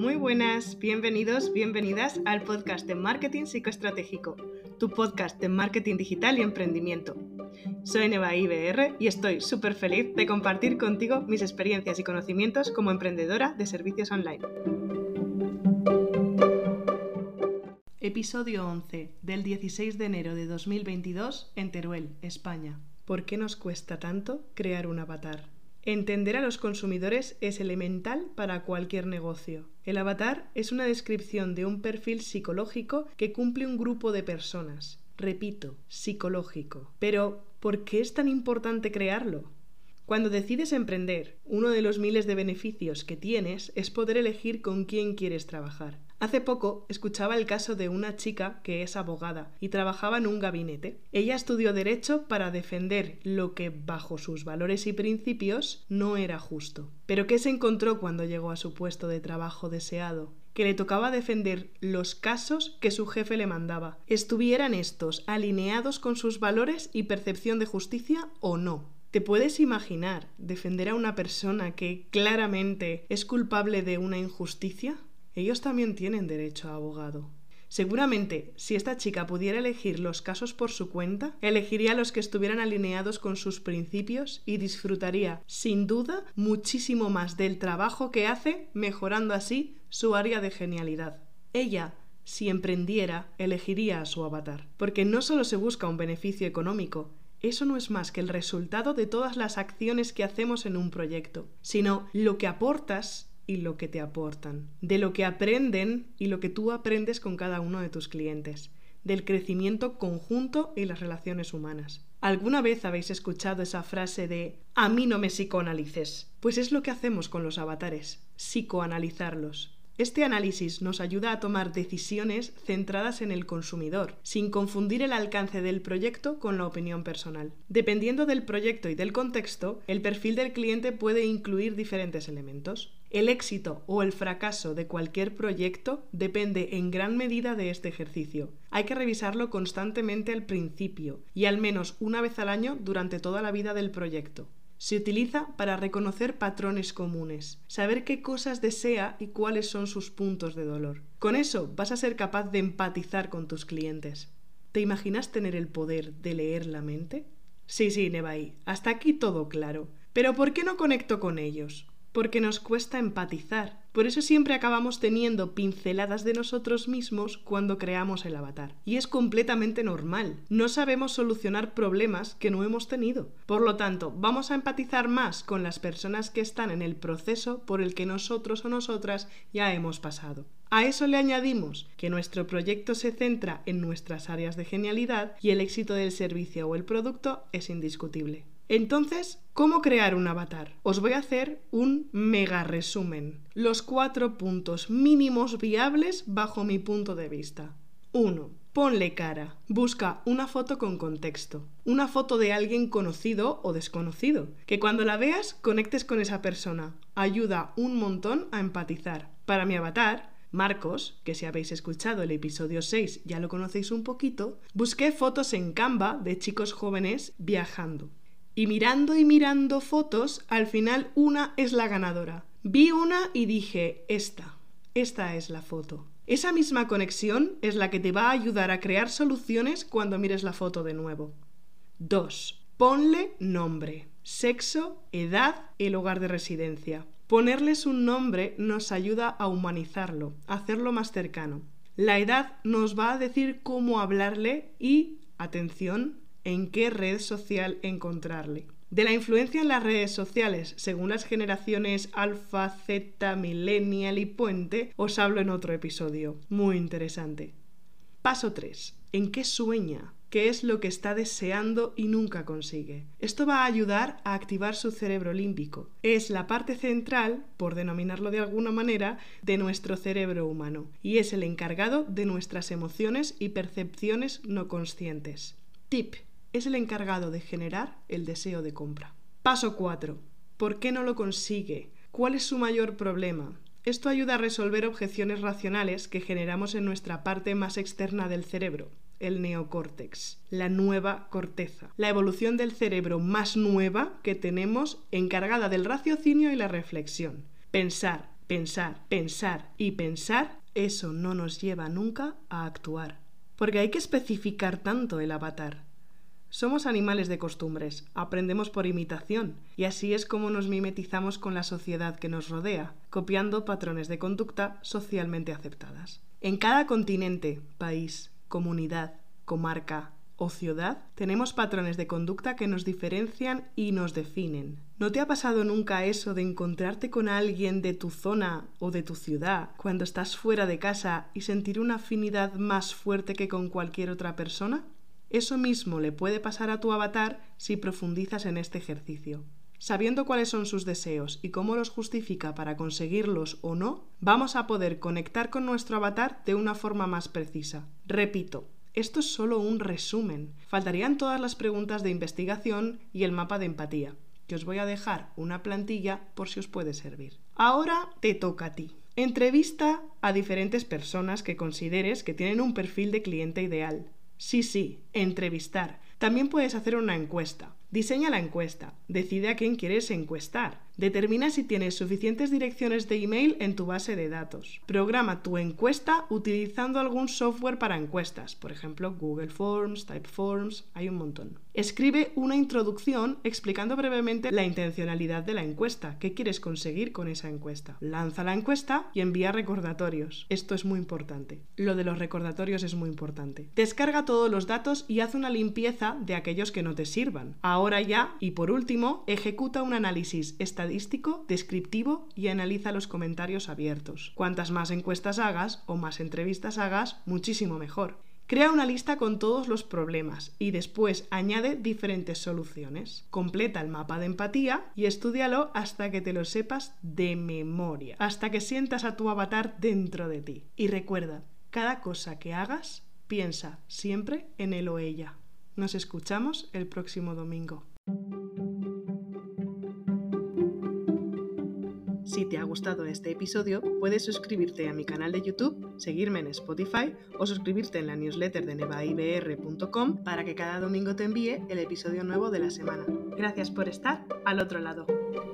Muy buenas, bienvenidos, bienvenidas al podcast de Marketing Psicoestratégico, tu podcast de marketing digital y emprendimiento. Soy Neva IBR y estoy súper feliz de compartir contigo mis experiencias y conocimientos como emprendedora de servicios online. Episodio 11, del 16 de enero de 2022 en Teruel, España. ¿Por qué nos cuesta tanto crear un avatar? Entender a los consumidores es elemental para cualquier negocio. El avatar es una descripción de un perfil psicológico que cumple un grupo de personas. Repito, psicológico. Pero, ¿por qué es tan importante crearlo? Cuando decides emprender, uno de los miles de beneficios que tienes es poder elegir con quién quieres trabajar. Hace poco escuchaba el caso de una chica que es abogada y trabajaba en un gabinete. Ella estudió Derecho para defender lo que, bajo sus valores y principios, no era justo. ¿Pero qué se encontró cuando llegó a su puesto de trabajo deseado? Que le tocaba defender los casos que su jefe le mandaba, estuvieran estos alineados con sus valores y percepción de justicia o no. ¿Te puedes imaginar defender a una persona que claramente es culpable de una injusticia? Ellos también tienen derecho a abogado. Seguramente, si esta chica pudiera elegir los casos por su cuenta, elegiría los que estuvieran alineados con sus principios y disfrutaría, sin duda, muchísimo más del trabajo que hace, mejorando así su área de genialidad. Ella, si emprendiera, elegiría a su avatar, porque no solo se busca un beneficio económico, eso no es más que el resultado de todas las acciones que hacemos en un proyecto, sino lo que aportas y lo que te aportan, de lo que aprenden y lo que tú aprendes con cada uno de tus clientes, del crecimiento conjunto y las relaciones humanas. ¿Alguna vez habéis escuchado esa frase de "a mí no me psicoanalices"? Pues es lo que hacemos con los avatares, psicoanalizarlos. Este análisis nos ayuda a tomar decisiones centradas en el consumidor, sin confundir el alcance del proyecto con la opinión personal. Dependiendo del proyecto y del contexto, el perfil del cliente puede incluir diferentes elementos. El éxito o el fracaso de cualquier proyecto depende en gran medida de este ejercicio. Hay que revisarlo constantemente al principio y al menos una vez al año durante toda la vida del proyecto. Se utiliza para reconocer patrones comunes, saber qué cosas desea y cuáles son sus puntos de dolor. Con eso vas a ser capaz de empatizar con tus clientes. ¿Te imaginas tener el poder de leer la mente? Sí, Nevaí, hasta aquí todo claro. ¿Pero por qué no conecto con ellos? Porque nos cuesta empatizar. Por eso siempre acabamos teniendo pinceladas de nosotros mismos cuando creamos el avatar. Y es completamente normal. No sabemos solucionar problemas que no hemos tenido. Por lo tanto, vamos a empatizar más con las personas que están en el proceso por el que nosotros o nosotras ya hemos pasado. A eso le añadimos que nuestro proyecto se centra en nuestras áreas de genialidad y el éxito del servicio o el producto es indiscutible. Entonces, ¿cómo crear un avatar? Os voy a hacer un mega resumen. Los 4 puntos mínimos viables bajo mi punto de vista. 1. Ponle cara. Busca una foto con contexto. Una foto de alguien conocido o desconocido. Que cuando la veas conectes con esa persona. Ayuda un montón a empatizar. Para mi avatar, Marcos, que si habéis escuchado el episodio 6 ya lo conocéis un poquito, busqué fotos en Canva de chicos jóvenes viajando. Y mirando fotos, al final una es la ganadora. Vi una y dije, esta es la foto. Esa misma conexión es la que te va a ayudar a crear soluciones cuando mires la foto de nuevo. 2. Ponle nombre, sexo, edad, el lugar de residencia. Ponerles un nombre nos ayuda a humanizarlo, a hacerlo más cercano. La edad nos va a decir cómo hablarle y, atención, en qué red social encontrarle. De la influencia en las redes sociales, según las generaciones alfa, zeta, millennial y puente, os hablo en otro episodio. Muy interesante. Paso 3. ¿En qué sueña? ¿Qué es lo que está deseando y nunca consigue? Esto va a ayudar a activar su cerebro límbico. Es la parte central, por denominarlo de alguna manera, de nuestro cerebro humano y es el encargado de nuestras emociones y percepciones no conscientes. Tip. Es el encargado de generar el deseo de compra. Paso 4. ¿Por qué no lo consigue? ¿Cuál es su mayor problema? Esto ayuda a resolver objeciones racionales que generamos en nuestra parte más externa del cerebro, el neocórtex, la nueva corteza, la evolución del cerebro más nueva que tenemos encargada del raciocinio y la reflexión. Pensar, pensar, pensar y pensar, eso no nos lleva nunca a actuar. Porque hay que especificar tanto el avatar. Somos animales de costumbres, aprendemos por imitación, y así es como nos mimetizamos con la sociedad que nos rodea, copiando patrones de conducta socialmente aceptadas. En cada continente, país, comunidad, comarca o ciudad, tenemos patrones de conducta que nos diferencian y nos definen. ¿No te ha pasado nunca eso de encontrarte con alguien de tu zona o de tu ciudad cuando estás fuera de casa y sentir una afinidad más fuerte que con cualquier otra persona? Eso mismo le puede pasar a tu avatar si profundizas en este ejercicio. Sabiendo cuáles son sus deseos y cómo los justifica para conseguirlos o no, vamos a poder conectar con nuestro avatar de una forma más precisa. Repito, esto es solo un resumen. Faltarían todas las preguntas de investigación y el mapa de empatía, que os voy a dejar una plantilla por si os puede servir. Ahora te toca a ti. Entrevista a diferentes personas que consideres que tienen un perfil de cliente ideal. Sí, entrevistar. También puedes hacer una encuesta. Diseña la encuesta. Decide a quién quieres encuestar. Determina si tienes suficientes direcciones de email en tu base de datos. Programa tu encuesta utilizando algún software para encuestas, por ejemplo Google Forms, Typeforms, hay un montón. Escribe una introducción explicando brevemente la intencionalidad de la encuesta, qué quieres conseguir con esa encuesta. Lanza la encuesta y envía recordatorios. Esto es muy importante. Lo de los recordatorios es muy importante. Descarga todos los datos y haz una limpieza de aquellos que no te sirvan. Ahora ya, y por último, ejecuta un análisis estadístico, descriptivo y analiza los comentarios abiertos. Cuantas más encuestas hagas o más entrevistas hagas, muchísimo mejor. Crea una lista con todos los problemas y después añade diferentes soluciones. Completa el mapa de empatía y estúdialo hasta que te lo sepas de memoria, hasta que sientas a tu avatar dentro de ti. Y recuerda, cada cosa que hagas, piensa siempre en él o ella. Nos escuchamos el próximo domingo. Si te ha gustado este episodio, puedes suscribirte a mi canal de YouTube, seguirme en Spotify o suscribirte en la newsletter de nevaibr.com para que cada domingo te envíe el episodio nuevo de la semana. Gracias por estar al otro lado.